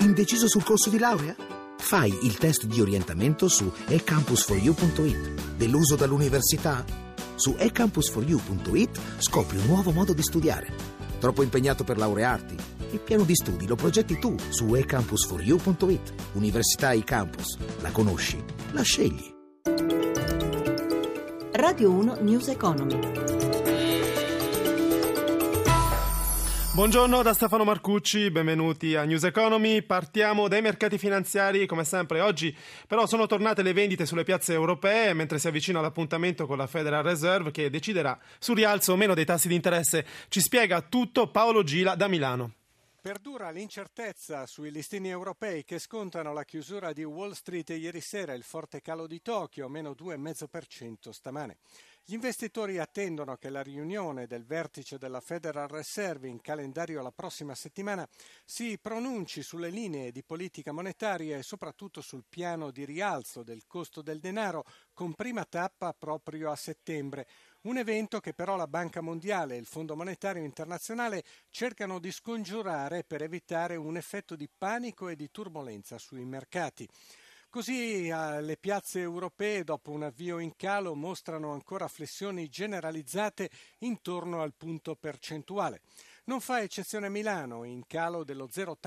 Indeciso sul corso di laurea? Fai il test di orientamento su ecampus4u.it. Deluso dall'università? Su ecampus4u.it scopri un nuovo modo di studiare. Troppo impegnato per laurearti? Il piano di studi lo progetti tu su ecampus4u.it. Università eCampus. La conosci? La scegli. Radio 1 News Economy. Buongiorno da Stefano Marcucci, benvenuti a News Economy. Partiamo dai mercati finanziari, come sempre oggi però sono tornate le vendite sulle piazze europee mentre si avvicina l'appuntamento con la Federal Reserve che deciderà sul rialzo o meno dei tassi di interesse. Ci spiega tutto Paolo Gila da Milano. Perdura l'incertezza sui listini europei che scontano la chiusura di Wall Street ieri sera, il forte calo di Tokyo, meno 2,5% stamane. Gli investitori attendono che la riunione del vertice della Federal Reserve in calendario la prossima settimana si pronunci sulle linee di politica monetaria e soprattutto sul piano di rialzo del costo del denaro, con prima tappa proprio a settembre. Un evento che però la Banca Mondiale e il Fondo Monetario Internazionale cercano di scongiurare per evitare un effetto di panico e di turbolenza sui mercati. Così le piazze europee, dopo un avvio in calo, mostrano ancora flessioni generalizzate intorno al punto percentuale. Non fa eccezione Milano, in calo dello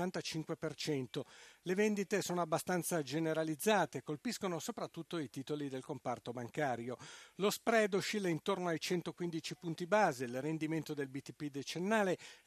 0,85%. Le vendite sono abbastanza generalizzate, colpiscono soprattutto i titoli del comparto bancario. Lo spread oscilla intorno ai 115 punti base, il rendimento del BTP decennale è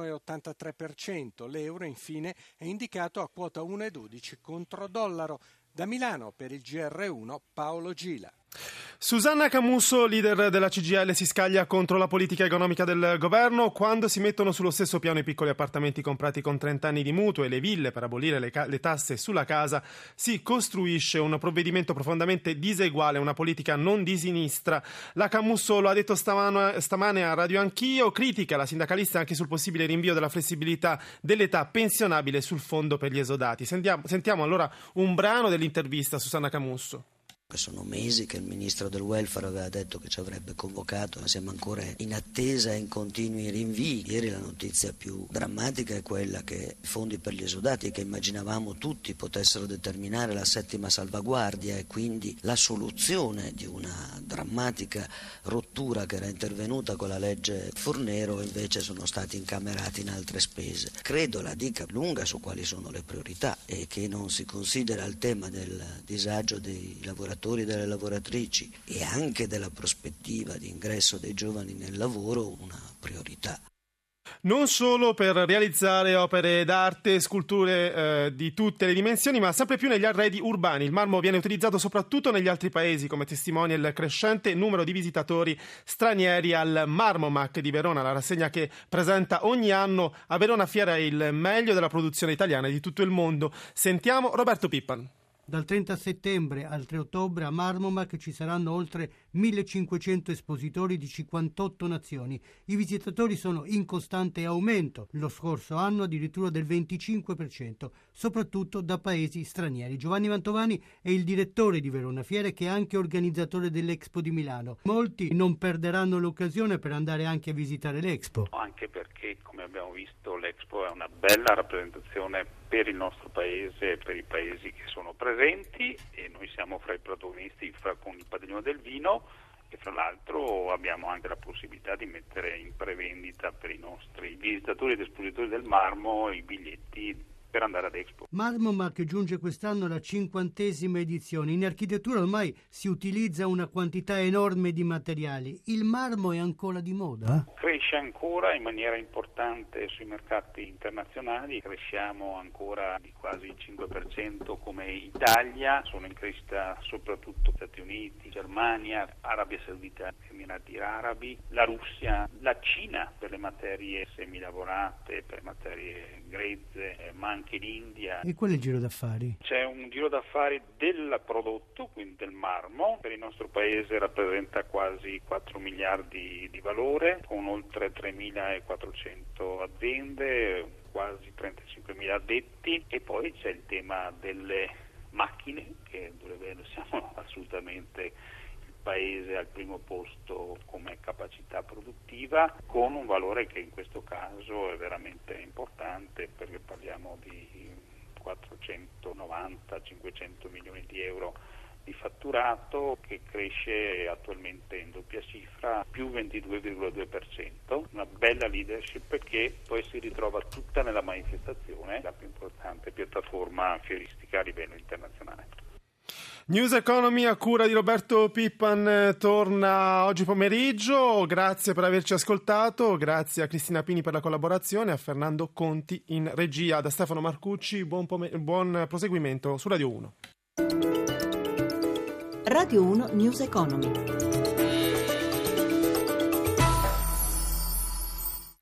all'1,83%. L'euro, infine, è indicato a quota 1,12 contro dollaro. Da Milano per il GR1 Paolo Gila. Susanna Camusso, leader della CGIL, si scaglia contro la politica economica del governo. Quando si mettono sullo stesso piano i piccoli appartamenti comprati con 30 anni di mutuo e le ville per abolire le tasse sulla casa, si costruisce un provvedimento profondamente diseguale, una politica non di sinistra. La Camusso lo ha detto stamane a Radio Anch'io, critica la sindacalista anche sul possibile rinvio della flessibilità dell'età pensionabile sul fondo per gli esodati. Sentiamo allora un brano dell'intervista a Susanna Camusso. Sono mesi che il ministro del welfare aveva detto che ci avrebbe convocato, ma siamo ancora in attesa e in continui rinvii. Ieri la notizia più drammatica è quella che i fondi per gli esodati, che immaginavamo tutti potessero determinare la settima salvaguardia e quindi la soluzione di una drammatica rottura che era intervenuta con la legge Fornero, invece sono stati incamerati in altre spese. Credo la dica lunga su quali sono le priorità e che non si considera il tema del disagio dei lavoratori e delle lavoratrici e anche della prospettiva di ingresso dei giovani nel lavoro una priorità. Non solo per realizzare opere d'arte, sculture di tutte le dimensioni, ma sempre più negli arredi urbani. Il marmo viene utilizzato soprattutto negli altri paesi, come testimonia il crescente numero di visitatori stranieri al Marmomac di Verona, la rassegna che presenta ogni anno a Verona Fiera il meglio della produzione italiana e di tutto il mondo. Sentiamo Roberto Pippan. Dal 30 settembre al 3 ottobre a Marmomac ci saranno oltre 1500 espositori di 58 nazioni. I visitatori sono in costante aumento, lo scorso anno addirittura del 25%, soprattutto da paesi stranieri. Giovanni Mantovani è il direttore di Verona Fiere, che è anche organizzatore dell'Expo di Milano. Molti non perderanno l'occasione per andare anche a visitare l'Expo. Anche perché, come abbiamo visto, l'Expo è una bella rappresentazione per il nostro paese e per i paesi che sono presenti, e noi siamo fra i protagonisti con il padiglione del vino, e fra l'altro abbiamo anche la possibilità di mettere in prevendita per i nostri visitatori ed espositori del marmo i biglietti per andare ad Expo. Marmomac giunge quest'anno alla 50ª edizione. In architettura ormai si utilizza una quantità enorme di materiali. Il marmo è ancora di moda? Cresce ancora in maniera importante sui mercati internazionali, cresciamo ancora di quasi il 5% come Italia, sono in crescita soprattutto Stati Uniti, Germania, Arabia Saudita, Emirati Arabi, la Russia, la Cina per le materie semilavorate, per materie grezze, ma anche l'India. E qual è il giro d'affari? C'è un giro d'affari del prodotto, quindi del marmo, per il nostro paese rappresenta quasi 4 miliardi di valore, con oltre 3.400 aziende, quasi 35.000 addetti, e poi c'è il tema delle macchine, dove siamo assolutamente paese al primo posto come capacità produttiva, con un valore che in questo caso è veramente importante, perché parliamo di 490-500 milioni di euro di fatturato, che cresce attualmente in doppia cifra, più 22,2%, una bella leadership che poi si ritrova tutta nella manifestazione, la più importante piattaforma fioristica a livello internazionale. News Economy a cura di Roberto Pippan torna oggi pomeriggio. Grazie per averci ascoltato, grazie a Cristina Pini per la collaborazione, a Fernando Conti in regia, da Stefano Marcucci. Buon proseguimento su Radio 1. Radio 1 News Economy.